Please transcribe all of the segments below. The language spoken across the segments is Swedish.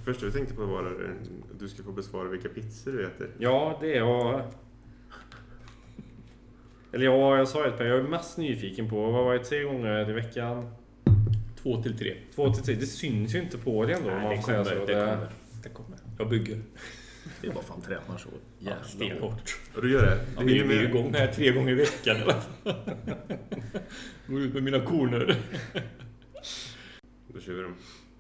Första vi tänkte på var att du ska få besvara vilka pizzor du äter. Ja, det är jag. Eller ja, jag sa ett par. Jag är mest nyfiken på. Vad var det 3 gånger i veckan? 2 till 3. 2 till 3. Det syns ju inte på det ändå. Nej, det kommer. Jag bygger. Det är bara fan tränar så jävla stenhårt. Och du gör det? Ja, vi är igång här 3 gånger i veckan i alla fall. Går ut med mina korner. Då kör vi dem.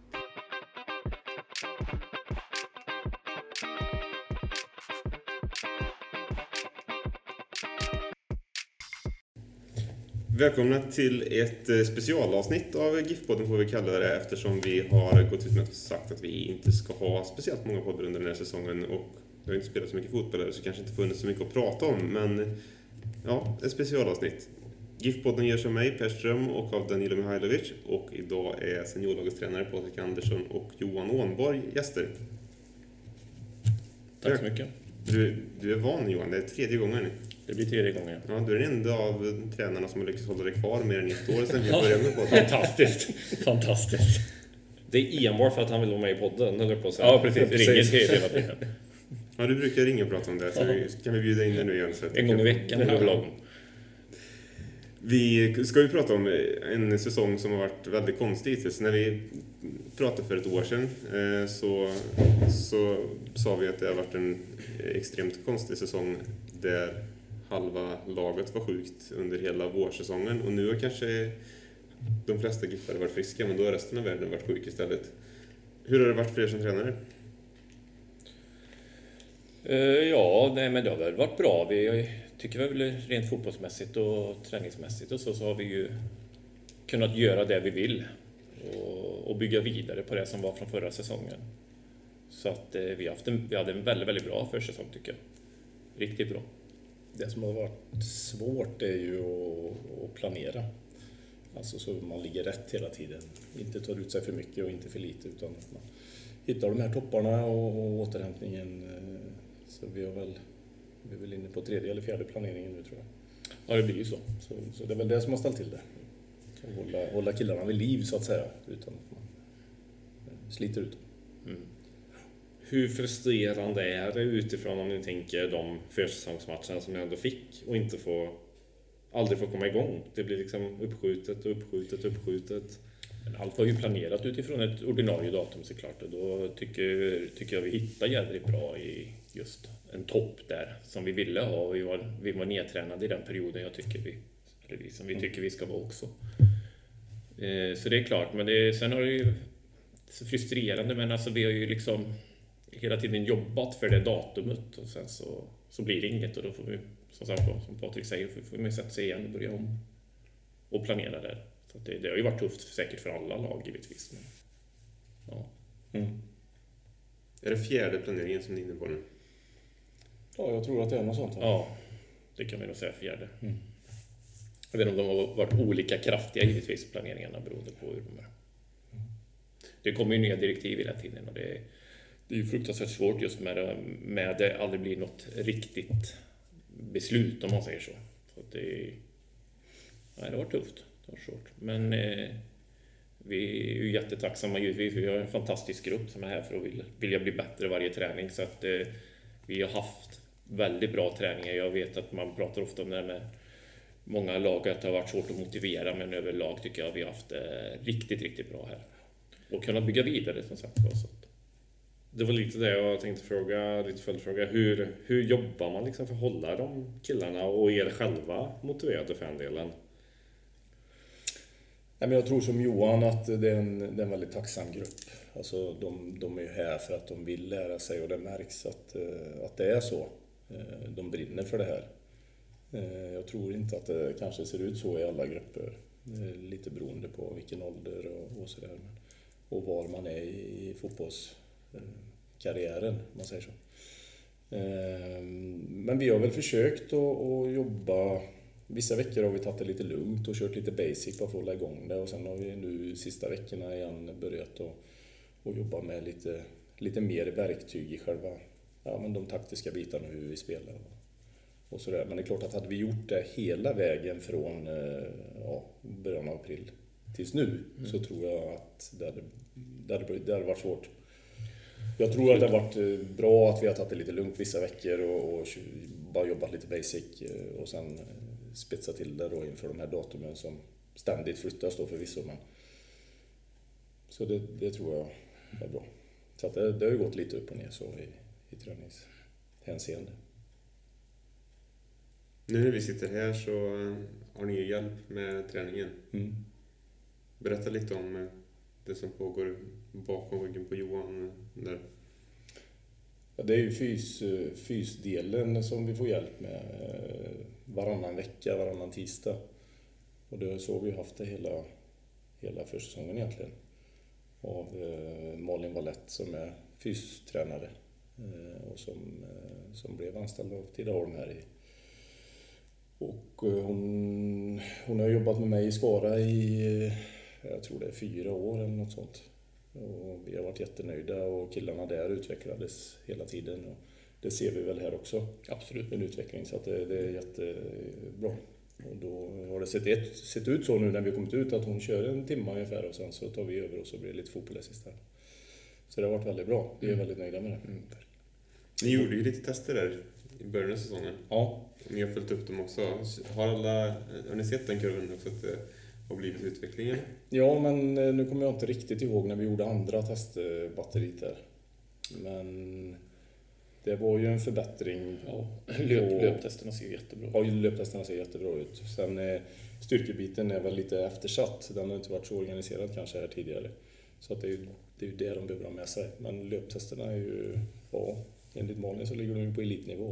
Välkomna till ett specialavsnitt av GIF-podden får vi kalla det, eftersom vi har gått ut med och sagt att vi inte ska ha speciellt många poddar under den här säsongen och det har inte spelat så mycket fotboll så kanske inte funnits så mycket att prata om, men ja, ett specialavsnitt. GIF-podden görs av mig, Per Ström, och av Danilo Mihailovic, och idag är seniorlagets tränare Patrik Andersson och Johan Ånborg gäster. Tack så mycket. Du är van, Johan, det är 3:e gången nu. Det blir 3:e gången. Ja, du är den enda av tränarna som har lyckats hålla dig kvar mer än 1 år sedan vi började med podden. Fantastiskt. Fantastiskt. Det är enbart för att han vill vara med i podden, eller på att säga. Ja, precis. Ringer till hela tiden. Ja, du brukar ringa och prata om det, så kan vi bjuda in dig nu igen. Så en gång i veckan är överlag. Vi ska prata om en säsong som har varit väldigt konstig hittills. När vi pratade för 1 år sedan så sa vi att det har varit en extremt konstig säsong där halva laget var sjukt under hela vårsäsongen. Och nu har kanske de flesta giffare varit friska, men då har resten av världen varit sjuk istället. Hur har det varit för er som tränare? Ja, nej, men det har väl varit bra. Vi tycker väl rent fotbollsmässigt och träningsmässigt och så har vi ju kunnat göra det vi vill och bygga vidare på det som var från förra säsongen. Så att vi hade en väldigt, väldigt bra försäsong tycker jag. Riktigt bra. Det som har varit svårt är ju att planera. Alltså så man ligger rätt hela tiden. Inte tar ut sig för mycket och inte för lite, utan att man hittar de här topparna och återhämtningen. Så vi är väl inne på 3:e eller 4:e planeringen nu, tror jag. Ja, det blir ju så. Så det är väl det som har ställt till det. Att hålla killarna vid liv, så att säga, utan att man sliter ut dem. Mm. Hur frustrerande är det utifrån, om ni tänker de försäsongsmatcherna som ni ändå fick och aldrig får komma igång? Det blir liksom uppskjutet. Men allt var ju planerat utifrån ett ordinarie datum såklart, och då tycker jag vi hittar jävligt bra i just en topp där som vi ville ha, och vi var nedtränade i den perioden vi tycker vi ska vara också. Så det är klart, men sen har det ju så frustrerande, men alltså vi har ju liksom hela tiden jobbat för det datumet, och sen så blir det inget, och då får vi, som sagt, som Patrik säger, får vi sätta sig igen och börja om och planera där. Så det har ju varit tufft säkert för alla lag givetvis. Men, ja. Är det 4:e planeringen som ni är inne på nu? Ja, jag tror att det är något sånt här. Ja, det kan vi nog säga 4:e. Jag vet inte om de har varit olika kraftiga givetvis, planeringarna, beroende på hur de är. Det kommer ju nya direktiv hela tiden, och det är ju fruktansvärt svårt just med det aldrig blir något riktigt beslut, om man säger så. Så att det var tufft. Det var svårt. Men vi är ju jättetacksamma givetvis. Vi har en fantastisk grupp som är här för att vilja bli bättre varje träning. Så att vi har haft väldigt bra träningar. Jag vet att man pratar ofta om det med många lag, att det har varit svårt att motivera, men överlag tycker jag vi har haft riktigt, riktigt bra här. Och kunna bygga vidare, som sagt. Det var lite det jag tänkte fråga, lite följdfråga. Hur jobbar man liksom för att hålla de killarna och er själva motiverade för en delen? Nej, men jag tror som Johan att det är en väldigt tacksam grupp. Alltså de är ju här för att de vill lära sig, och det märks att det är så. De brinner för det här. Jag tror inte att det kanske ser ut så i alla grupper. Lite beroende på vilken ålder och sådär. Och var man är i fotbollskarriären, om man säger så. Men vi har väl försökt att jobba. Vissa veckor har vi tagit det lite lugnt och kört lite basic för att hålla igång det. Och sen har vi nu sista veckorna igen börjat att jobba med lite mer verktyg i själva de taktiska bitarna, hur vi spelar och sådär. Men det är klart att hade vi gjort det hela vägen från början av april tills nu, så tror jag att det hade varit svårt. Jag tror att det har varit bra att vi har tagit det lite lugnt vissa veckor och bara jobbat lite basic och sen spetsa till det då inför de här datumen som ständigt flyttas då förvisso. Men så det tror jag är bra. Så att det har ju gått lite upp och ner så i träningshänseende. Nu när vi sitter här så har ni ju hjälp med träningen. Berätta lite om det som pågår bakom ryggen på Johan där. Ja, det är ju fysdelen som vi får hjälp med varannan vecka, varannan tisdag. Och det är så vi har haft det hela försäsongen egentligen. Av Malin Wallett som är fystränare och som blev anställd av Tidaholm här i. Och hon har jobbat med mig i Skara i, jag tror det är 4 år eller något sånt. Och vi har varit jättenöjda och killarna där utvecklades hela tiden. Och det ser vi väl här också. Absolut. En utveckling, så att det är jättebra. Och då har det sett ut så nu när vi kommit ut att hon kör en timme ungefär och sen så tar vi över och så blir det lite fotboll sista. Så det har varit väldigt bra. Vi är väldigt nöjda med det. Ni gjorde ju lite tester där i början av säsongen. Ja. Ni har följt upp dem också. Har ni sett den kurvan också att det har blivit utvecklingen? Ja, men nu kommer jag inte riktigt ihåg när vi gjorde andra testbatteriet där. Men det var ju en förbättring. Ja, löptesterna ser jättebra ut. Ja, löptesterna ser jättebra ut. Sen styrkebiten är väl lite eftersatt. Den har inte varit så organiserad kanske här tidigare. Så att det är ju det de behöver ha med sig. Men löptesterna är ju, ja, enligt Malin så ligger de ju på elitnivå.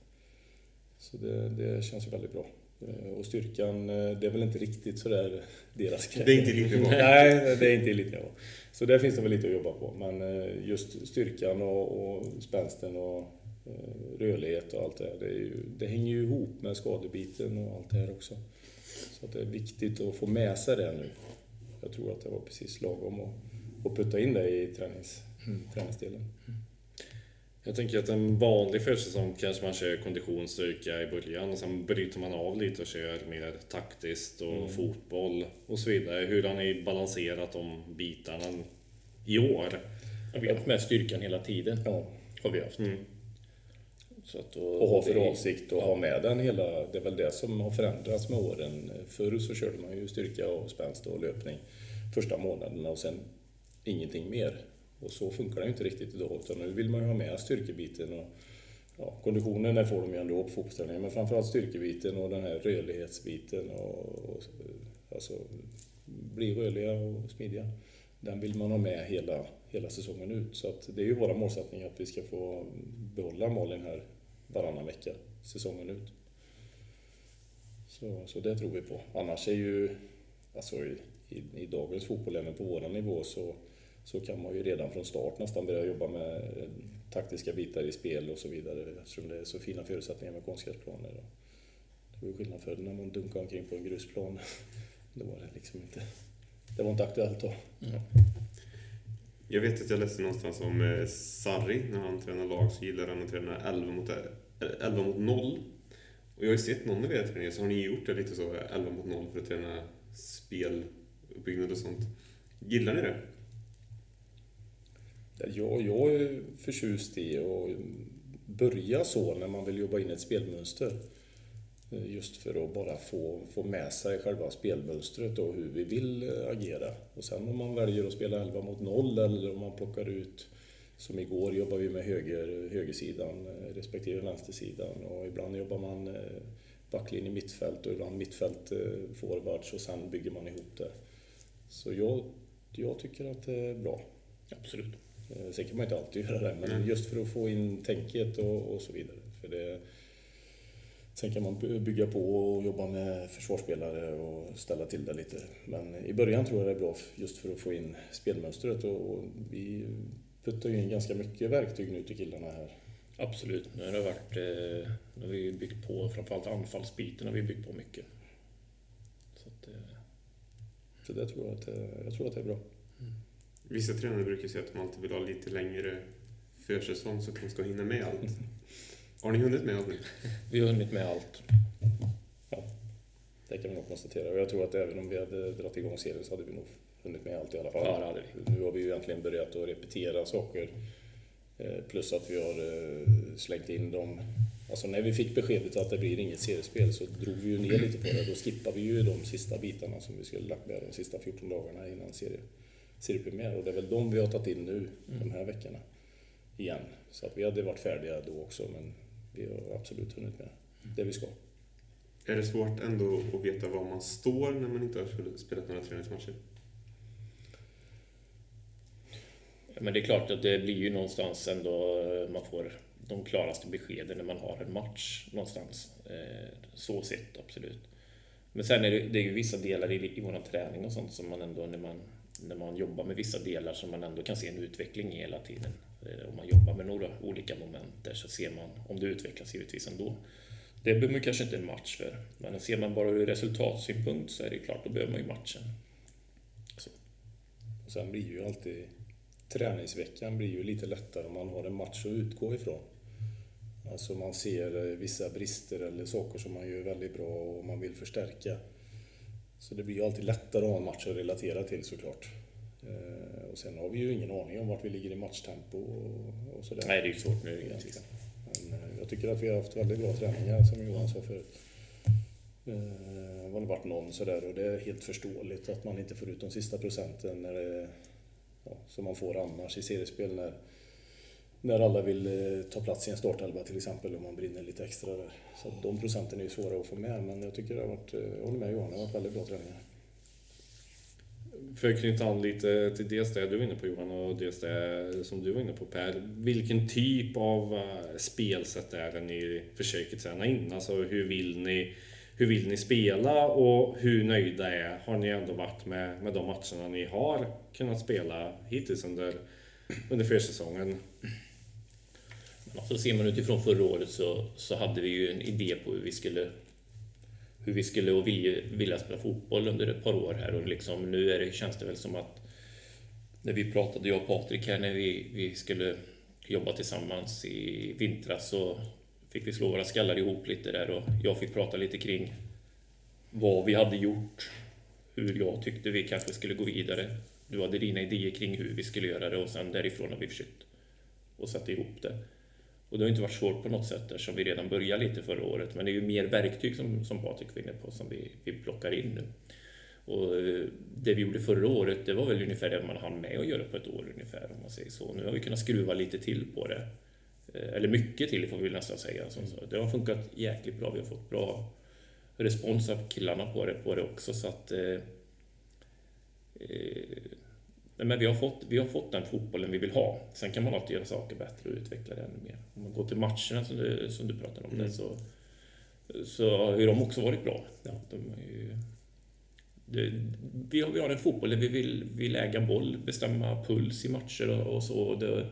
Så det känns ju väldigt bra. Och styrkan, det är väl inte riktigt sådär deras grej. Det är inte elitnivå. Nej, det är inte elitnivå. Så där finns det väl lite att jobba på. Men just styrkan och spänsten och rörlighet och allt det här, det hänger ju ihop med skadebiten och allt det här också. Så att det är viktigt att få med sig det nu. Jag tror att det var precis lagom att putta in det i träningsdelen. Jag tänker att en vanlig försäsong kanske man kör konditionsstyrka i början och sen bryter man av lite och kör mer taktiskt och fotboll och så vidare. Hur har ni balanserat de bitarna i år? Ja, vi har haft med styrkan hela tiden. Ja. Har vi haft. Så att, och ha för avsikt att ha med den hela, det är väl det som har förändrats med åren. Förr så körde man ju styrka och spänst och löpning första månaderna och sen ingenting mer. Och så funkar det inte riktigt idag, utan nu vill man ju ha med styrkebiten och konditionen, där får de ju ändå på fotbollsträningen, men framförallt styrkebiten och den här rörlighetsbiten och alltså bli rörliga och smidiga. Den vill man ha med hela säsongen ut, så att det är ju våra målsättning att vi ska få behålla Malin här varannan vecka säsongen ut. Så det tror vi på. Annars är ju alltså i dagens fotboll, även på våran nivå, så kan man ju redan från start nästan börja jobba med taktiska bitar i spel och så vidare, eftersom det är så fina förutsättningar med konstgräsplaner. Det var ju skillnad för när man dunkade omkring på en grusplan. Då var det liksom inte, det var inte aktuellt då. Jag vet att jag läste någonstans om Sarri, när han tränar lag så gillar han att träna 11 mot 0. Och jag har ju sett någon av er träningar så har ni gjort det lite så 11 mot 0 för att träna speluppbyggnad och sånt. Gillar ni det? Jag är förtjust i att börja så när man vill jobba in ett spelmönster. Just för att bara få med sig själva spelmönstret och hur vi vill agera. Och sen om man väljer att spela 11 mot 0 eller om man plockar ut, som igår jobbar vi med högersidan respektive vänstersidan. Och ibland jobbar man backlinje mittfält och ibland mittfält forwards och sen bygger man ihop det. Så jag tycker att det är bra. Absolut. Sen kan man inte alltid göra det, men just för att få in tänket och så vidare. Sen kan man bygga på och jobba med försvarsspelare och ställa till det lite. Men i början tror jag det är bra just för att få in spelmönstret och vi puttar ju in ganska mycket verktyg nu till killarna här. Absolut. Nu har vi byggt på, framförallt anfallsbiten har vi byggt på mycket. Så det tror jag tror att det är bra. Vissa tränare brukar säga att de alltid vill ha lite längre försäsong så att de ska hinna med allt. Har ni hunnit med allt nu? Vi har hunnit med allt. Ja, det kan vi nog konstatera. Och jag tror att även om vi hade dragit igång serien så hade vi nog hunnit med allt i alla fall. Ja, det hade vi. Nu har vi ju egentligen börjat att repetera saker Plus att vi har slängt in dem. Alltså när vi fick beskedet att det blir inget seriespel så drog vi ju ner lite på det. Då skippade vi ju de sista bitarna som vi skulle lagt med de sista 14 dagarna innan seriepremiär. Och det är väl de vi har tagit in nu de här veckorna igen. Så att vi hade varit färdiga då också, men vi har absolut hunnit med det vi ska. Är det svårt ändå att veta var man står när man inte har spelat några träningsmatcher? Men det är klart att det blir ju någonstans ändå man får de klaraste beskeden när man har en match någonstans. Så sett, absolut. Men sen är det är ju vissa delar i vår träning och sånt som man ändå när man jobbar med vissa delar som man ändå kan se en utveckling i hela tiden. Om man jobbar med några olika momenter så ser man om det utvecklas givetvis ändå. Det behöver man kanske inte en match för. Men ser man bara ur resultatsynpunkt så är det klart, då behöver man ju matchen. Så. Och sen blir ju alltid träningsveckan blir ju lite lättare om man har en match att utgå ifrån. Alltså man ser vissa brister eller saker som man gör väldigt bra och man vill förstärka. Så det blir ju alltid lättare att ha en match att relatera till såklart. Och sen har vi ju ingen aning om vart vi ligger i matchtempo och sådär. Nej, det är ju svårt nu egentligen. Men jag tycker att vi har haft väldigt bra träningar som Johan sa förut. Det har varit någon sådär och det är helt förståeligt att man inte får ut de sista procenten när det, som man får annars i seriespel när alla vill ta plats i en startelva till exempel och man brinner lite extra där. Så de procenten är ju svåra att få med, men jag tycker det har varit, jag håller med Johan, det har varit väldigt bra träningar. För att knyta an lite till dels det du var inne på Johan och dels det som du var inne på Per. Vilken typ av spelsätt är det ni försöker träna in? Alltså hur vill ni spela och hur nöjda har ni ändå varit med de matcherna ni har kunnat spela hittills under försäsongen? Så ser man utifrån förra året så hade vi ju en idé på hur vi skulle och vilja spela fotboll under ett par år här och liksom nu känns det väl som att när vi pratade, jag och Patrik här när vi skulle jobba tillsammans i vintras så fick vi slå våra skallar ihop lite där och jag fick prata lite kring vad vi hade gjort, hur jag tyckte vi kanske skulle gå vidare. Du hade dina idéer kring hur vi skulle göra det och sen därifrån har vi försökt och satt ihop det. Och det har inte varit svårt på något sätt eftersom vi redan började lite förra året. Men det är ju mer verktyg som Patrik var inne på som vi plockar in nu. Och det vi gjorde förra året, det var väl ungefär det man hann med att göra på ett år ungefär om man säger så. Nu har vi kunnat skruva lite till på det. Eller mycket till får vi nästan säga. Så det har funkat jäkligt bra. Vi har fått bra respons av killarna på det också. Så att... Men vi har fått den fotbollen vi vill ha. Sen kan man alltid göra saker bättre och utveckla det ännu mer. Om man går till matcherna som du pratade om det så har ju de också varit bra. Ja, vi har en fotboll där vi vill äga boll, bestämma puls i matcher och så.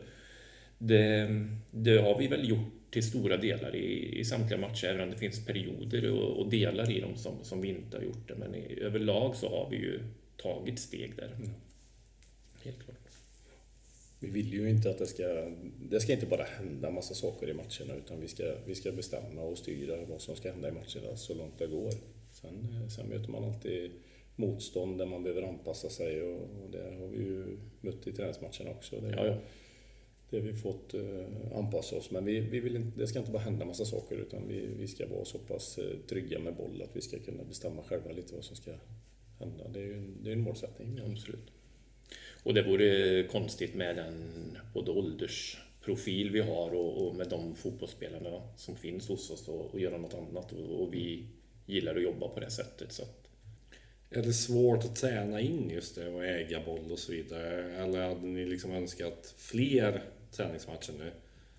Det har vi väl gjort till stora delar i samtliga matcher, även om det finns perioder och delar i dem som vi inte har gjort det. Men överlag så har vi ju tagit steg där. Helt klart. Vi vill ju inte att det ska inte bara hända massa saker i matcherna utan vi ska bestämma och styra vad som ska hända i matcherna så långt det går. Sen möter man alltid motstånd där man behöver anpassa sig och det har vi ju mött i träningsmatcherna också. Det har vi fått anpassa oss, men vi vill inte, det ska inte bara hända massa saker utan vi ska vara så pass trygga med boll att vi ska kunna bestämma själva lite vad som ska hända. Det är en målsättning. Absolut. Och det vore konstigt med den både åldersprofil vi har och med de fotbollsspelarna som finns hos oss och göra något annat och vi gillar att jobba på det sättet. Så att... Är det svårt att träna in just det och äga boll och så vidare? Eller hade ni liksom önskat fler träningsmatcher nu?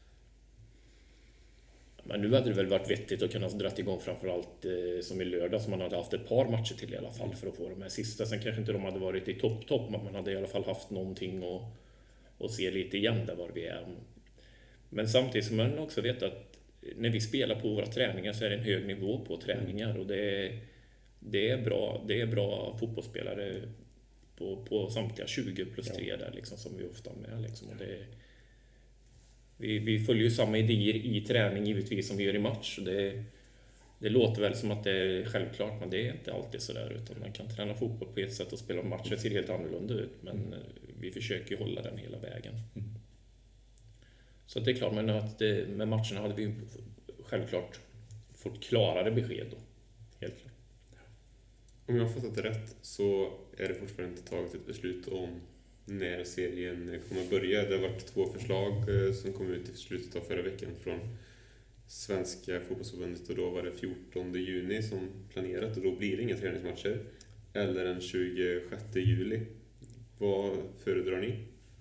Men nu hade det väl varit vettigt att kunna dra igång framförallt som i lördag som man hade haft ett par matcher till i alla fall för att få de här sista. Sen kanske inte de hade varit i topp, men man hade i alla fall haft någonting och se lite igen där var vi är. Men samtidigt så man också vet att när vi spelar på våra träningar så är det en hög nivå på träningar och det är bra fotbollsspelare på samtliga 20 plus 3 där liksom som vi ofta har med liksom. Och vi följer ju samma idéer i träning givetvis som vi gör i match. Det låter väl som att det är självklart, men det är inte alltid så där. Utan man kan träna fotboll på ett sätt och spela match. Det ser helt annorlunda ut, men vi försöker ju hålla den hela vägen. Så det är klart, men att med matcherna hade vi självklart fått klarare besked då. Helt klart. Om jag har fattat det rätt så är det fortfarande inte taget ett beslut om när serien kommer att börja. Det har varit 2 förslag som kom ut i slutet av förra veckan från Svenska fotbollsförbundet, och då var det 14 juni som planerat, och då blir det inga träningsmatcher. Eller den 26 juli. Vad föredrar ni?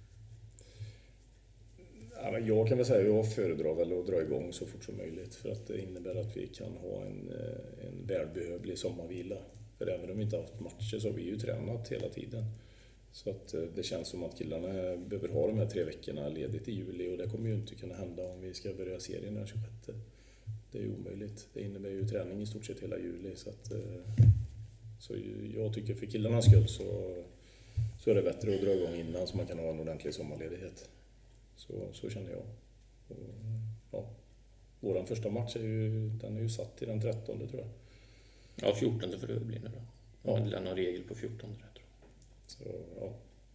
Ja, men jag kan väl säga att jag föredrar väl att dra igång så fort som möjligt, för att det innebär att vi kan ha en välbehövlig sommarvila. För även om vi inte har haft matcher så har vi ju tränat hela tiden. Så att det känns som att killarna behöver ha de här 3 veckorna ledigt i juli, och det kommer ju inte kunna hända om vi ska börja serien den 26. Det är ju omöjligt. Det innebär ju träning i stort sett hela juli. Så jag tycker för killarnas skull så är det bättre att dra igång innan, så man kan ha en ordentlig sommarledighet. Så känner jag. Och, ja. Vår första match är ju satt till den 13, tror jag. Ja, 14 för det blir nu då. Ja, det är någon regel på 14, tror jag. Så, ja.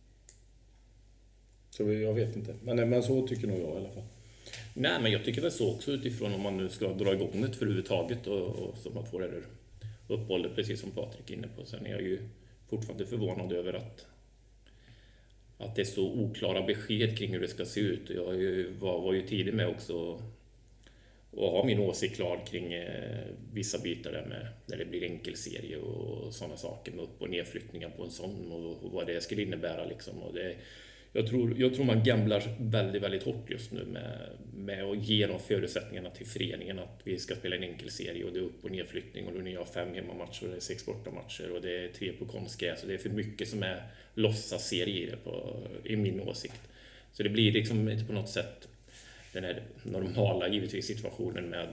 Så jag vet inte. Men så tycker nog jag i alla fall. Nej, men jag tycker väl så också, utifrån om man nu ska dra igång det för överhuvudtaget och så man får det där uppehållet, precis som Patrik är inne på. Sen är jag ju fortfarande förvånad över att det är så oklara besked kring hur det ska se ut. Jag var ju tidig med också och har min åsikt klar kring vissa bitar där med när det blir enkelserie och sådana saker med upp- och nedflyttningar på en sån och vad det skulle innebära liksom. Och jag tror man gamblar väldigt, väldigt hårt just nu med att ge de förutsättningarna till föreningen att vi ska spela en enkelserie och det är upp- och nedflyttning och då ni har 5 hemmamatcher och det är 6 bortamatcher och det är 3 på konstgräs, så det är för mycket som är låtsasserie i det i min åsikt. Så det blir liksom inte på något sätt den här normala givetvis situationen med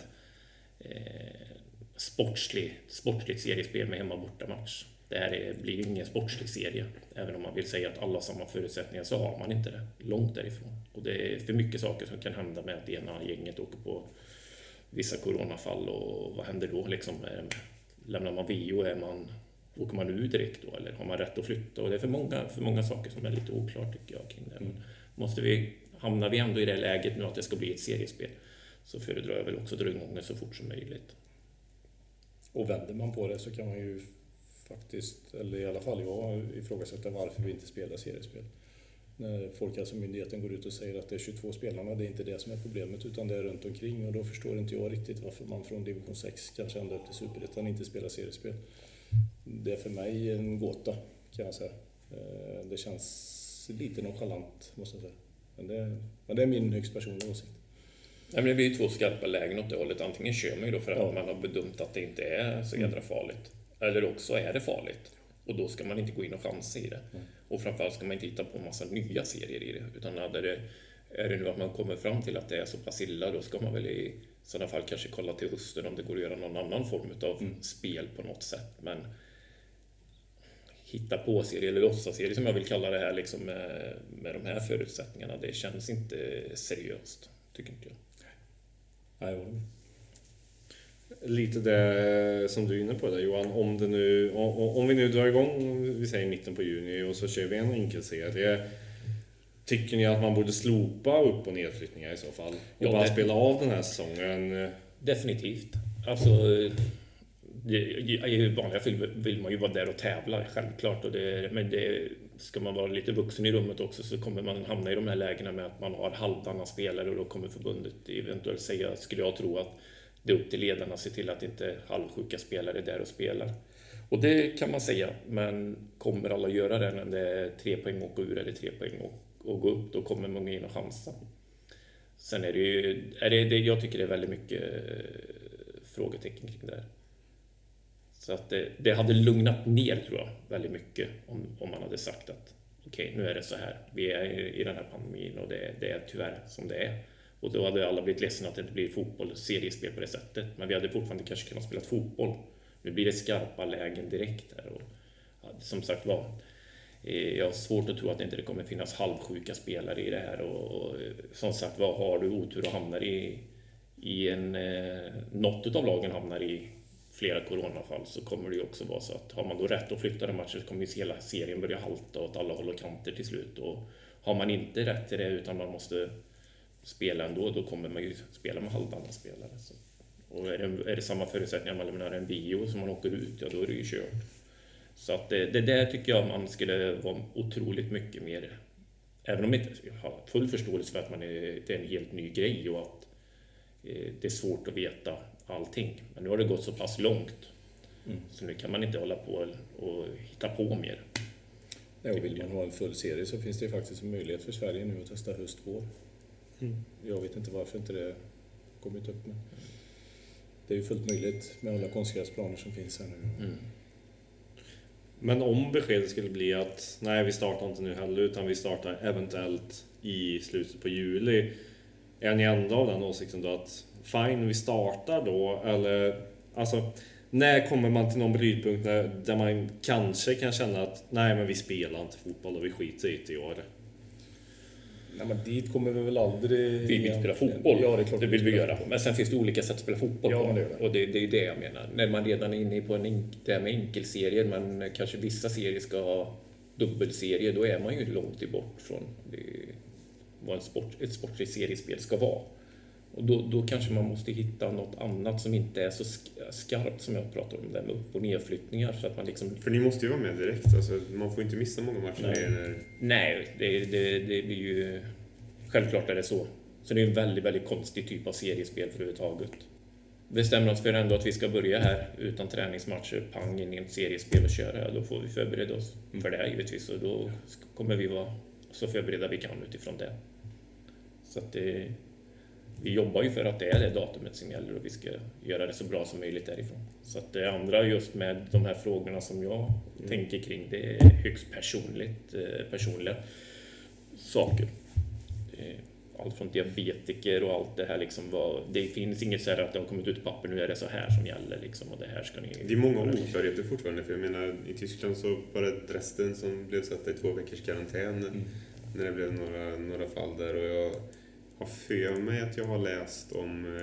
sportsligt seriespel med hemma- och bortamatch. Det här blir ingen sportslig serie. Även om man vill säga att alla har samma förutsättningar så har man inte det. Långt därifrån. Och det är för mycket saker som kan hända med att ena gänget åker på vissa coronafall. Och vad händer då? Liksom, lämnar man VO? Åker man ut direkt då? Eller har man rätt att flytta? Och det är för många saker som är lite oklart tycker jag kring det. Men hamnar vi ändå i det läget nu att det ska bli ett seriespel, så föredrar jag väl också dra igång det så fort som möjligt. Och vänder man på det så kan man ju faktiskt, eller i alla fall jag ifrågasätter varför vi inte spelar seriespel. När Folkhälsomyndigheten går ut och säger att det är 22 spelarna, det är inte det som är problemet utan det är runt omkring, och då förstår inte jag riktigt varför man från division 6 kanske ända upp till Superettan inte spelar seriespel. Det är för mig en gåta kan jag säga. Det känns lite nonchalant måste jag säga. Men det är min högst personliga åsikt. Ja, men det blir ju 2 skarpa lägen åt det hållet. Antingen kör man ju då för att man har bedömt att det inte är så jädra farligt. Eller också är det farligt. Och då ska man inte gå in och chansa i det. Och framförallt ska man inte hitta på en massa nya serier i det. Utan är det nu att man kommer fram till att det är så pass illa, då ska man väl i sådana fall kanske kolla till hösten om det går att göra någon annan form av spel på något sätt. Men hitta på serie eller låtsasserie som jag vill kalla det här liksom med de här förutsättningarna, det känns inte seriöst, tycker inte jag. Nej, Lite det som du är inne på där Johan, om vi nu drar igång, vi säger mitten på juni och så kör vi en enkelserie, tycker ni att man borde slopa upp- och nedflyttningar i så fall och bara spela av den här säsongen? Definitivt. Alltså i vanliga fall vill man ju vara där och tävla, självklart. Men ska man vara lite vuxen i rummet också så kommer man hamna i de här lägena med att man har halvdana spelare och då kommer förbundet eventuellt säga, skulle jag tro, att det är upp till ledarna att se till att inte halvsjuka spelare är där och spelar. Och det kan man säga, men kommer alla göra det när det är 3 poäng och gå ur eller 3 poäng och gå upp, då kommer många in och chansa. Sen är det ju, jag tycker det är väldigt mycket frågetecken kring det här. Så att det hade lugnat ner, tror jag, väldigt mycket om man hade sagt att okej, nu är det så här. Vi är i den här pandemin och det är tyvärr som det är. Och då hade alla blivit ledsna att det inte blir fotboll, seriespel på det sättet. Men vi hade fortfarande kanske kunnat spela fotboll. Nu blir det skarpa lägen direkt här. Och, som sagt jag har svårt att tro att det inte kommer finnas halvsjuka spelare i det här. Och som sagt har du otur och hamnar i något av lagen hamnar i flera coronafall, så kommer det ju också vara så att har man då rätt att flytta den matchen så kommer ju hela serien börja halta och att alla håller kanter till slut. Och har man inte rätt till det utan man måste spela ändå, då kommer man ju spela med halvdana spelare. Så. Och är det samma förutsättningar man lämnar en bio som man åker ut, ja då är det ju kört. Så att det där tycker jag man skulle vara otroligt mycket mer, även om jag inte har full förståelse för att det är en helt ny grej och att det är svårt att veta allting. Men nu har det gått så pass långt. Så nu kan man inte hålla på och hitta på mer. Ja, och vill man ha en full serie så finns det ju faktiskt en möjlighet för Sverige nu att testa höst-vår. Jag vet inte varför inte det kommit upp med. Det är ju fullt möjligt med alla konstgräsplaner som finns här nu. Men om beskedet skulle bli att nej, vi startar inte nu heller utan vi startar eventuellt i slutet på juli. Är ni ändå av den åsikten då att fine, vi startar då? Eller alltså, när kommer man till någon brytpunkt där man kanske kan känna att nej, men vi spelar inte fotboll och vi skiter i år? Nej, men dit kommer vi väl aldrig... Vi vill spela fotboll, ja, det är klart det vill vi göra. Men sen finns det olika sätt att spela fotboll ja, på. det. Och det är det jag menar. När man redan är inne på det här med enkelserier, men kanske vissa serier ska ha dubbelserier, då är man ju långt bort från vad ett sportligt seriespel ska vara. Och då kanske man måste hitta något annat som inte är så skarpt som jag pratar om, det med upp- och nedflyttningar. Så att man liksom... För ni måste ju vara med direkt, alltså, man får inte missa många matcher. Nej, det blir ju... Självklart är det så. Så det är en väldigt, väldigt konstig typ av seriespel för överhuvudtaget. Bestämmer oss för ändå att vi ska börja här utan träningsmatcher, pang in i ett seriespel och köra. Då får vi förbereda oss för det givetvis. Och då kommer vi vara så förberedda vi kan utifrån det. Så att vi jobbar ju för att det är det datumet som gäller och vi ska göra det så bra som möjligt därifrån. Så att det andra just med de här frågorna som jag tänker kring, det är högst personliga saker. Allt från diabetiker och allt det här liksom det finns inget så här att det har kommit ut papper, nu är det så här som gäller liksom, och det här ska ni... Det är många oklarheter fortfarande, för jag menar i Tyskland så var det Dresden som blev satt i 2 veckors karantän när det blev några fall där, och jag har för mig att jag har läst om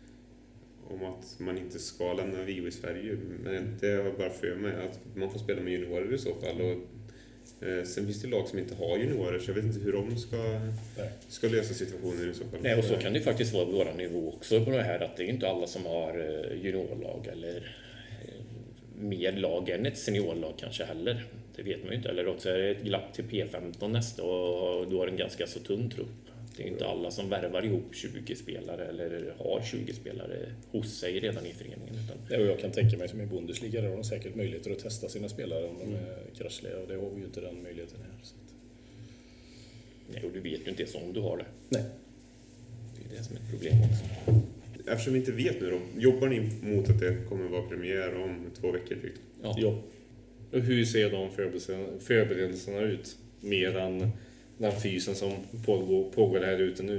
att man inte ska lämna VO i Sverige, men det har bara för mig att man får spela med juniorer i så fall, och sen finns det lag som inte har juniorer, så jag vet inte hur de ska lösa situationen i så fall. Nej, och så kan det faktiskt vara på vår nivå också på det här, att det är inte alla som har juniorlag eller mer lag än ett seniorlag kanske heller. Det vet man ju inte. Eller också är det ett glapp till P15 nästa och då är det en ganska så tunn trupp. Det är inte alla som värvar ihop 20 spelare eller har 20 spelare hos sig redan i föreningen. Ja, och jag kan tänka mig som i Bundesliga där har de säkert möjligheter att testa sina spelare om de är kraschliga, och det har vi ju inte den möjligheten här. Så att... Nej, och du vet ju inte ens om du har det. Nej. Det är det som är ett problem också. Eftersom vi inte vet nu då, jobbar ni mot att det kommer vara premiär om 2 veckor drygt? Ja. Och hur ser de förberedelserna ut? Mer än den fysen som pågår här ute nu?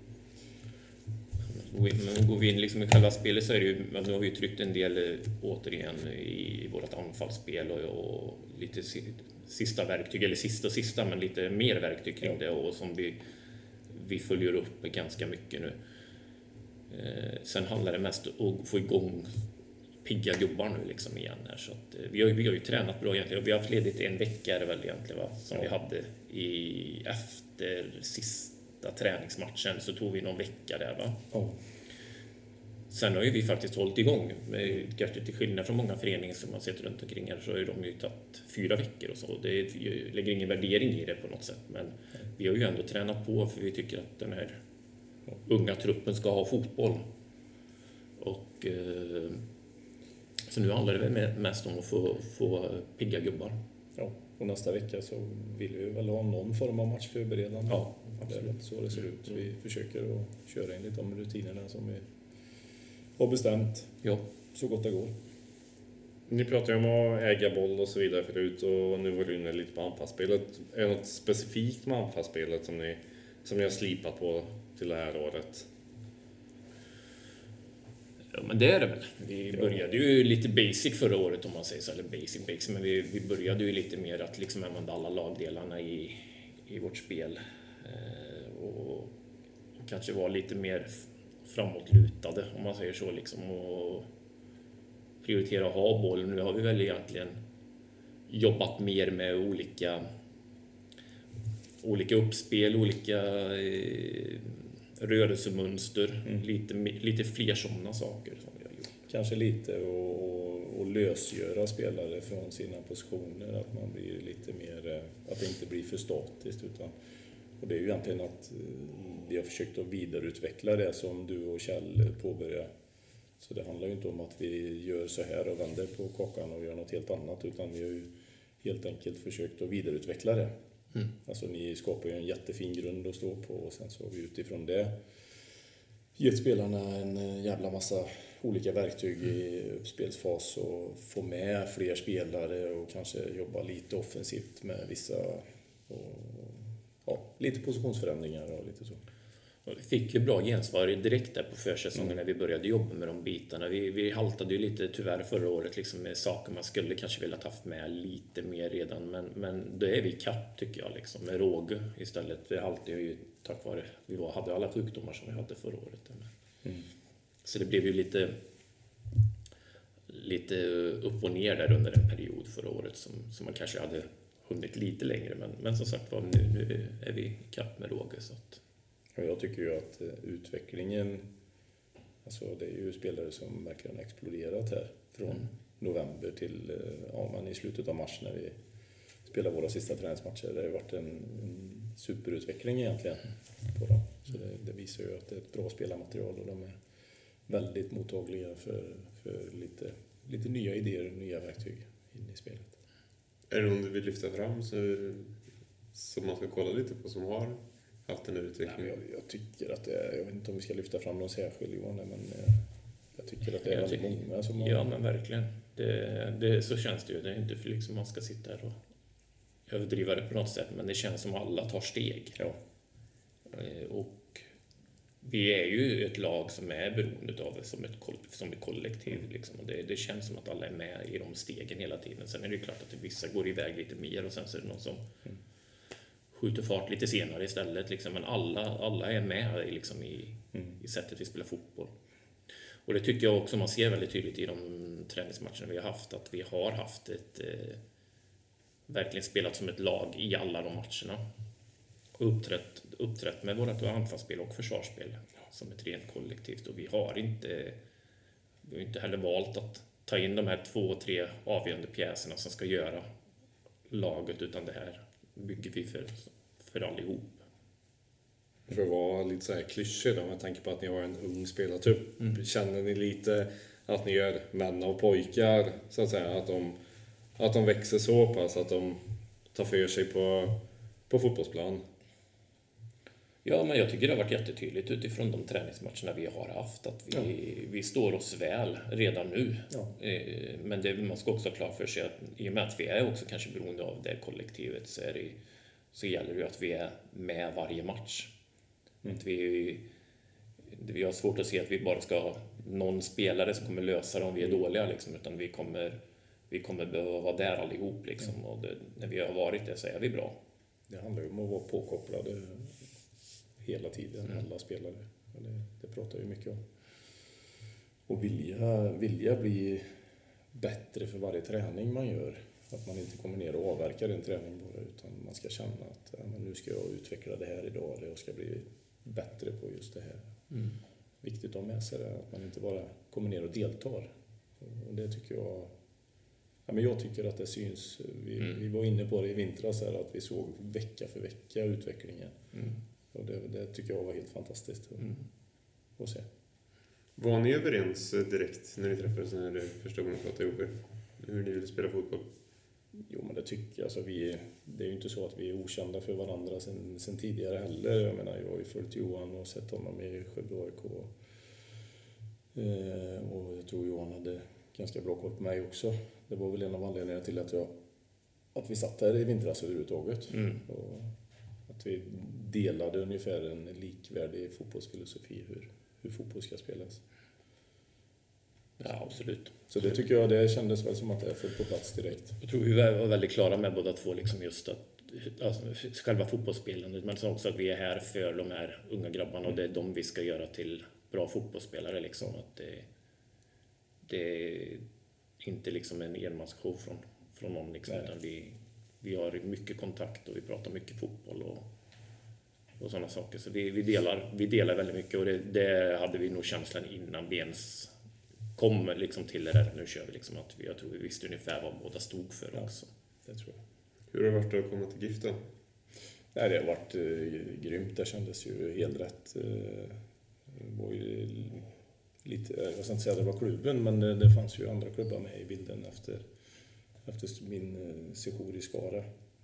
Men går vi in liksom i själva spelet så är det ju, nu har vi ju tryckt en del återigen i vårt anfallsspel och lite sista verktyg, eller sista men lite mer verktyg kring det, och som vi följer upp ganska mycket nu. Sen handlar det mest om att få igång pigga gubbar nu liksom igen här, så att vi har ju tränat bra egentligen, och vi har haft ledigt en vecka är det väl egentligen som vi hade efter sista träningsmatchen, så tog vi någon vecka där va. Sen har ju vi faktiskt hållit igång, kanske till skillnad från många föreningar som man sett runt omkring här, så har ju de ju tagit 4 veckor och så. Det lägger ingen värdering i det på något sätt, men vi har ju ändå tränat på för vi tycker att den här unga truppen ska ha fotboll. Och så nu handlar det väl mest om att få pigga gubbar. Ja, och nästa vecka så vill vi väl ha någon form av matchförberedande. Ja, absolut. Det är så det ser ut. Vi försöker att köra enligt de rutinerna som vi har bestämt. Ja. Så gott det går. Ni pratar ju om att äga boll och så vidare förut, och nu var du inne lite på anfallsspelet. Är det något specifikt med anfallsspelet som ni har slipat på till det här året? Ja, men det är det väl. Vi började ju lite basic förra året om man säger så, eller basic, men vi började ju lite mer att liksom använda alla lagdelarna i vårt spel och kanske vara lite mer framåtlutade om man säger så liksom, och prioritera att ha boll. Nu har vi väl egentligen jobbat mer med olika uppspel, olika rörelsemönster, lite fler sådana saker som vi har gjort. Kanske lite och lösgöra spelare från sina positioner, att man blir lite mer, att det inte blir för statiskt, utan, och det är ju egentligen att vi har försökt att vidareutveckla det som du och Kjell påbörjar. Så det handlar ju inte om att vi gör så här och vänder på kakan och gör något helt annat, utan vi har ju helt enkelt försökt att vidareutveckla det. Alltså ni skapar ju en jättefin grund att stå på, och sen så har vi utifrån det gett spelarna en jävla massa olika verktyg i uppspelsfas och få med fler spelare och kanske jobba lite offensivt med vissa, och lite positionsförändringar och lite så. Vi fick ju bra gensvar direkt där på försäsongen när vi började jobba med de bitarna. Vi haltade ju lite tyvärr förra året liksom med saker man skulle kanske vilja haft med lite mer redan, men då är vi kapp tycker jag liksom, med råge istället. Vi haltade ju tack vare vi hade alla sjukdomar som vi hade förra året. Så det blev ju lite upp och ner där under en period förra året som man kanske hade hunnit lite längre, men som sagt var nu är vi kapp med råge så att. Och jag tycker ju att utvecklingen, alltså det är ju spelare som verkligen har exploderat här från november till men i slutet av mars när vi spelar våra sista träningsmatcher. Det har ju varit en superutveckling egentligen på dem. Så det visar ju att det är ett bra spelarmaterial och de är väldigt mottagliga för lite nya idéer och nya verktyg in i spelet. Är det någon du vill lyfta fram som man ska kolla lite på som har haft den här utvecklingen? Jag tycker att jag vet inte om vi ska lyfta fram någon särskild Johan, men jag tycker att det är väldigt många som har... Ja, men verkligen. Det så känns det ju. Det är inte för liksom man ska sitta här och överdriva det på något sätt, men det känns som alla tar steg. Ja. Och vi är ju ett lag som är beroende av det som ett kollektiv. Liksom. Och det känns som att alla är med i de stegen hela tiden. Sen är det ju klart att vissa går iväg lite mer och sen så är det någon som skjuter fart lite senare istället. Liksom. Men alla är med liksom, i sättet vi spelar fotboll. Och det tycker jag också man ser väldigt tydligt i de träningsmatcherna vi har haft. Att vi har haft verkligen spelat som ett lag i alla de matcherna. Och uppträtt med vårt anfallsspel och försvarsspel som ett rent kollektivt. Och vi har inte heller valt att ta in de här 2-3 avgörande pjäserna som ska göra laget, utan det här bygger vi för allihop. För att vara lite så här klyschig då, med tanke på att ni har en ung spelartrupp. Känner ni lite att ni gör män och pojkar så att säga, att de växer så pass att de tar för sig på fotbollsplan? Ja, men jag tycker det har varit jättetydligt utifrån de träningsmatcherna vi har haft att vi står oss väl redan nu. Ja. Men man ska också ha klart för sig att i och med att vi är också kanske beroende av det kollektivet så gäller det ju att vi är med varje match. Att vi har svårt att se att vi bara ska ha någon spelare som kommer lösa det om vi är dåliga liksom, utan vi kommer behöva vara där allihop liksom, och när vi har varit det så är vi bra. Det handlar ju om att vara påkopplade hela tiden, alla spelare. Det pratar ju mycket om. Och vilja bli bättre för varje träning man gör. Att man inte kommer ner och avverkar en träning bara, utan man ska känna att men nu ska jag utveckla det här idag, eller jag ska bli bättre på just det här. Viktigt att ha med sig det, att man inte bara kommer ner och deltar. Och det tycker jag... Ja, men jag tycker att det syns. Vi var inne på det i vintras här, att vi såg vecka för vecka utvecklingen. Och det tycker jag var helt fantastiskt att se. Var ni överens direkt när ni träffades när första gången pratade ihop er? Hur ni ville spela fotboll? Jo, men det tycker jag. Alltså, det är ju inte så att vi är okända för varandra sen tidigare heller. Jag menar, jag har ju följt Johan och sett honom i Skövde AIK. Och jag tror Johan hade ganska bra koll på mig också. Det var väl en av anledningarna till att vi satt här i vintras överhuvudtaget. Och att vi delade ungefär en likvärdig fotbollsfilosofi hur fotboll ska spelas. Ja, absolut. Så det tycker jag, det kändes väl som att det är fullt på plats direkt. Jag tror vi var väldigt klara med båda två liksom just att själva fotbollsspelandet, men också att vi är här för de här unga grabbarna och det är de vi ska göra till bra fotbollsspelare liksom. Att det är inte liksom en enmansshow från någon liksom, utan vi har mycket kontakt och vi pratar mycket fotboll och sådana saker. Så vi delar väldigt mycket, och det hade vi nog känslan innan vi ens kom liksom till det där. Nu kör vi liksom, att jag tror vi visste ungefär vad båda stod för också. Det tror jag. Hur har det varit att komma till GIF då? Nej, det har varit grymt. Det kändes ju helt rätt. Det var ju lite, jag ska inte säga att det var klubben, men det fanns ju andra klubbar med i bilden efter min sejour i Skara.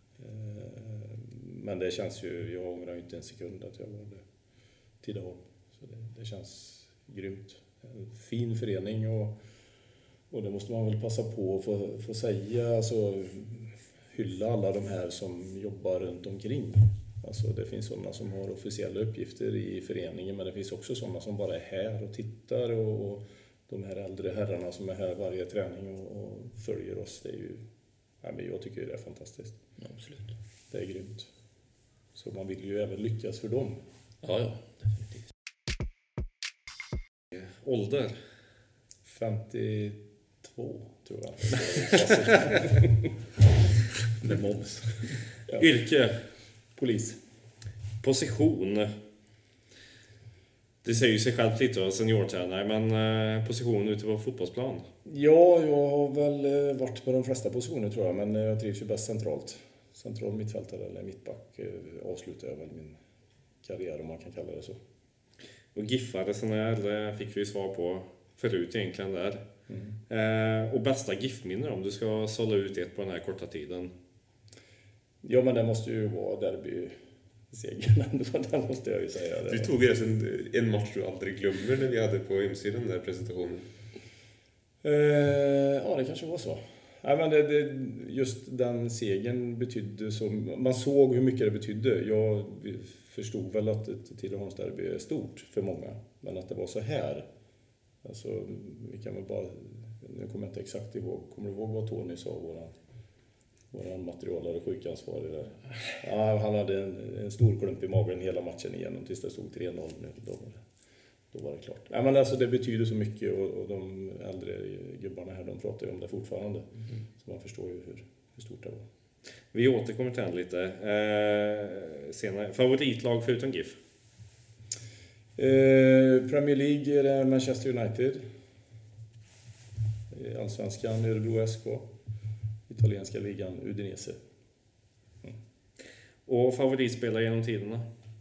Men det känns ju, jag ångrar ju inte en sekund att jag valde Tidaholm. Så det känns grymt. En fin förening, och det måste man väl passa på att få säga, alltså hylla alla de här som jobbar runt omkring. Alltså det finns sådana som har officiella uppgifter i föreningen, men det finns också sådana som bara är här och tittar, och de här äldre herrarna som är här varje träning och följer oss. Det är ju, men jag tycker det är fantastiskt. Ja, absolut. Det är grymt. Så man vill ju även lyckas för dem. Ja, definitivt. Ålder? 52 tror jag. Med moms. Ja. Yrke? Polis. Position? Det säger ju sig själv lite då, seniortränare, men position ute på fotbollsplan? Ja, jag har väl varit på de flesta positioner tror jag, men jag trivs ju bäst centralt. Central mittfältare eller mittback avslutar jag väl min karriär, om man kan kalla det så. Och giffare sådana här, det fick vi ju svar på förut egentligen där. Och bästa giffminne om du ska sålla ut ett på den här korta tiden? Ja, men det måste ju vara derbysegern. Det måste jag ju säga. Du tog ju en match du aldrig glömmer när vi hade på hemsidan där presentationen. Ja, det kanske var så. Nej, men just den segern betydde så. Man såg hur mycket det betydde. Jag förstod väl att ett Tidaholmsderby är stort för många. Men att det var så här. Alltså, vi kan väl bara... Nu kommer jag inte exakt ihåg. Kommer du ihåg vad Tony sa, våran materialare sjukansvarig där? Ja, han hade en stor klump i magen hela matchen igenom tills det stod 3-0 nu. Då var det klart. Ja, men alltså, det betyder så mycket, och de äldre gubbarna här, de pratar ju om det fortfarande. Så man förstår ju hur stort det var. Vi återkommer till den lite senare. Favoritlag förutom GIF? Premier League är det Manchester United. Allsvenskan Örebro SK. Italienska ligan Udinese. Och favoritspelare genom tiderna?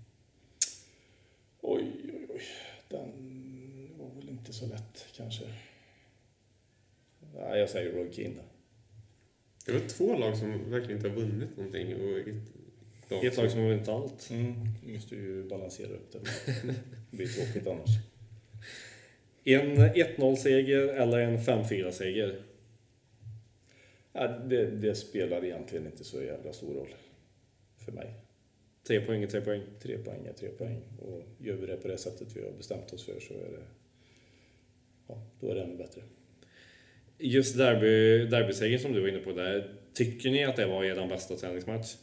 Oj. Den var väl inte så lätt kanske. Nej, jag säger Roy Keane. Det var 2 lag som verkligen inte har vunnit någonting, och Ett lag som har vunnit allt. Du måste ju balansera upp det. Det blir tråkigt annars. En 1-0-seger eller en 5-4-seger? Ja, det spelar egentligen inte så jävla stor roll för mig. 3 poäng är 3 poäng. 3 poäng är 3 poäng. Och gör vi det på det sättet vi har bestämt oss för, så är det... Ja, då är det ännu bättre. Just derbysegern som du var inne på där. Tycker ni att det var er bästa träningsmatch?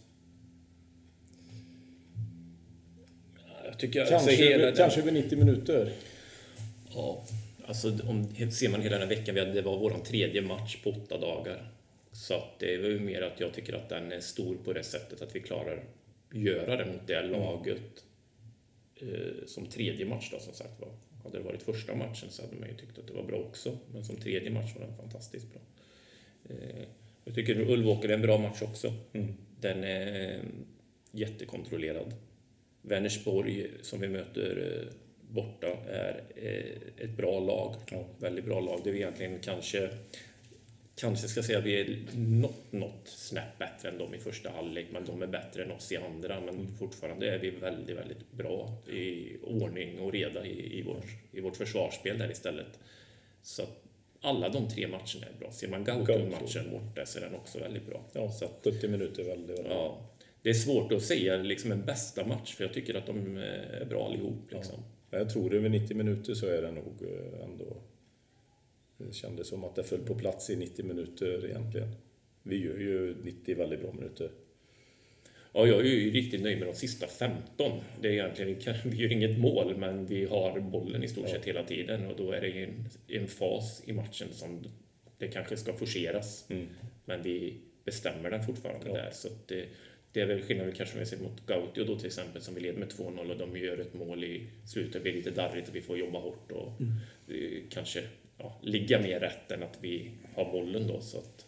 Jag tycker kanske över 90 minuter. Ja, alltså ser man hela den här veckan, det var vår 3:e match på 8 dagar. Så att det var ju mer att jag tycker att den är stor på det sättet att vi klarar göra det mot det laget som 3:e match då, som sagt var. Hade det varit första matchen så hade man ju tyckt att det var bra också, men som 3:e match var den fantastiskt bra. Jag tycker Ulvåker är en bra match också. Den är jättekontrollerad. Vänersborg som vi möter borta är ett bra lag. Ja, väldigt bra lag. Det är egentligen kanske ska säga att vi är något snäpp bättre än dem i första halvlek, men de är bättre än oss i andra. Men fortfarande är vi väldigt, väldigt bra i ordning och reda i vårt försvarsspel där istället. Så alla de 3 matcherna är bra. Ser man Gauto-matchen borta så är den också väldigt bra. Ja, så 70 minuter väldigt bra. Ja. Det är svårt att säga liksom en bästa match, för jag tycker att de är bra allihop. Liksom. Ja. Jag tror över 90 minuter så är det nog ändå... Det kändes som att det föll på plats i 90 minuter egentligen. Vi gör ju 90 väldigt bra minuter. Ja, jag är ju riktigt nöjd med de sista 15. Det är egentligen, vi gör inget mål, men vi har bollen i stort sett hela tiden. Och då är det en fas i matchen som det kanske ska forceras. Men vi bestämmer den fortfarande där. Så att Det är väl skillnaden kanske vi ser mot Gautio då till exempel, som vi leder med 2-0 och de gör ett mål i slutet. Det blir lite darrigt och vi får jobba hårt och kanske ligga mer rätt än att vi har bollen då. Så att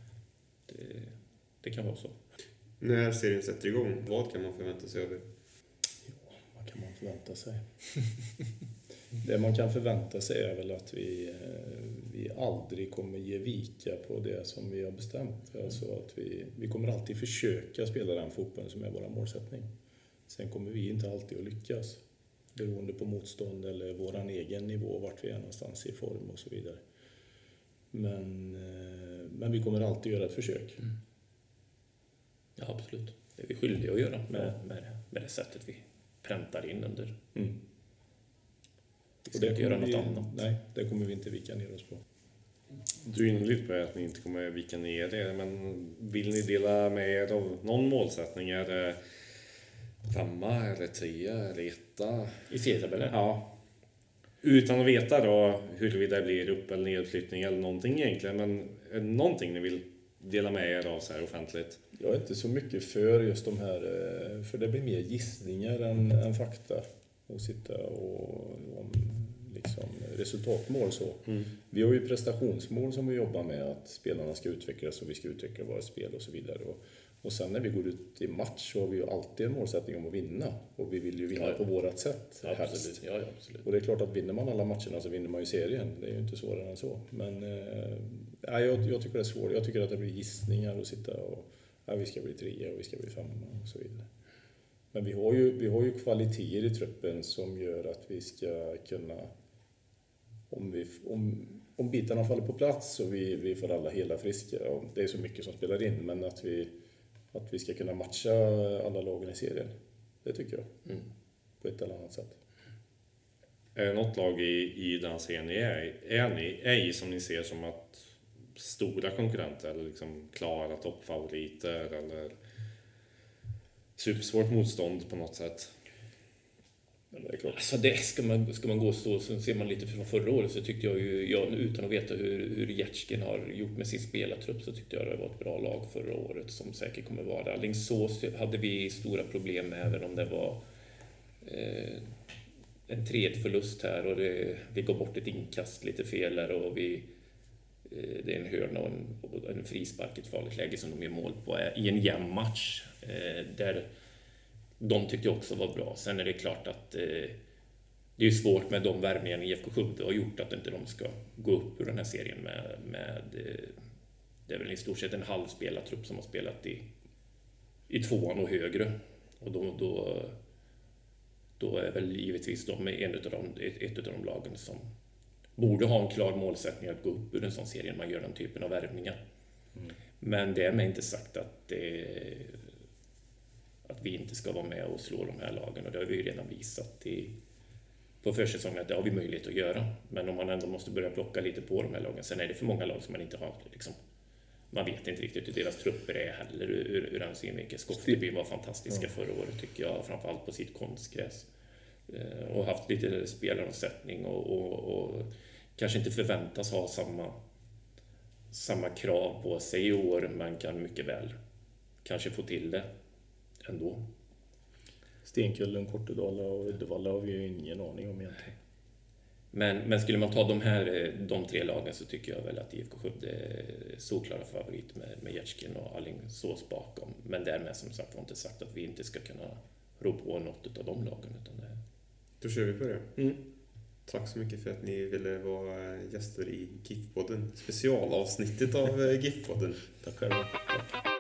det kan vara så. När serien sätter igång, vad kan man förvänta sig över? Ja, vad kan man förvänta sig? Det man kan förvänta sig är väl att vi aldrig kommer ge vika på det som vi har bestämt. Alltså att vi kommer alltid försöka spela den fotbollen som är vår målsättning. Sen kommer vi inte alltid att lyckas, beroende på motstånd eller våran egen nivå, vart vi är någonstans i form och så vidare. Men vi kommer alltid göra ett försök. Ja, absolut. Det är vi skyldiga att göra med det sättet vi präntar in under. Och det göra något annat. Nej, det kommer vi inte vika ner oss på. Du är inne lite på att ni inte kommer vika ner er, men vill ni dela med er av någon målsättning? Är det 5 eller 3 eller 1? I serietabellen? Ja. Utan att veta då huruvida det blir upp- eller nedflyttning eller någonting egentligen, men är det någonting ni vill dela med er av så här offentligt? Jag är inte så mycket för just de här, för det blir mer gissningar än fakta. Och sitta och om liksom resultatmål så. Vi har ju prestationsmål som vi jobbar med, att spelarna ska utvecklas och vi ska utveckla våra spel och så vidare. Och sen när vi går ut i match så har vi ju alltid en målsättning om att vinna. Och vi vill ju vinna på vårat sätt. Ja, absolut. Ja, absolut. Och det är klart att vinner man alla matcherna så vinner man ju serien. Det är ju inte svårare än så. Men jag tycker det är svårt. Jag tycker att det blir gissningar och sitta och vi ska bli 3 och vi ska bli 5 och så vidare. Men vi har ju kvaliteter i truppen som gör att vi ska kunna, om bitarna faller på plats och vi får alla hela friska, och det är så mycket som spelar in, men att vi ska kunna matcha alla lagen i serien. Det tycker jag. På ett eller annat sätt. Är det något lag i den serien är i som ni ser som att stora konkurrenter eller liksom klara toppfavoriter eller supersvårt motstånd på något sätt? Det är klart. Alltså ska man gå så ser man lite från förra året, så tyckte jag ju, utan att veta hur Gärtsken har gjort med sin spelartrupp, så tyckte jag det var ett bra lag förra året som säkert kommer vara där. Alingsås hade vi stora problem med, även om det var en 3-1-förlust här och vi går bort ett inkast lite fel där och det är en hörna och en frispark i ett farligt läge som de gör mål på i en jämn match där de tyckte jag också var bra. Sen är det klart att det är svårt med de värvningarna IFK Skövde har gjort att inte de ska gå upp ur den här serien med det är väl i stort sett en halv spelartrupp som har spelat i 2:an och högre, och då är väl givetvis de ett av de lagen som borde ha en klar målsättning att gå upp ur en sån serie när man gör den typen av värvningar. Men det är med inte sagt att vi inte ska vara med och slå de här lagen, och det har vi ju redan visat på försäsongen att det har vi möjlighet att göra. Men om man ändå måste börja plocka lite på de här lagen, sen är det för många lag som man inte har liksom, man vet inte riktigt hur deras trupper är heller ur den synvinkeln. Skofteby var fantastiska förra året tycker jag, framförallt på sitt konstgräs, och haft lite spelaromsättning och kanske inte förväntas ha samma krav på sig i år, men kan mycket väl kanske få till det ändå. Stenkullen, Kortedala och Uddevalla har vi ju ingen aning om egentligen. Men skulle man ta de 3 lagen, så tycker jag väl att IFK Skövde är såklara favorit med Gärtsken och Alingsås bakom. Men därmed som sagt var inte sagt att vi inte ska kunna rå på något av de lagen. Utan det... Då kör vi på det. Tack så mycket för att ni ville vara gäster i GIF-podden. Specialavsnittet av GIF-podden. Tack själva. Tack.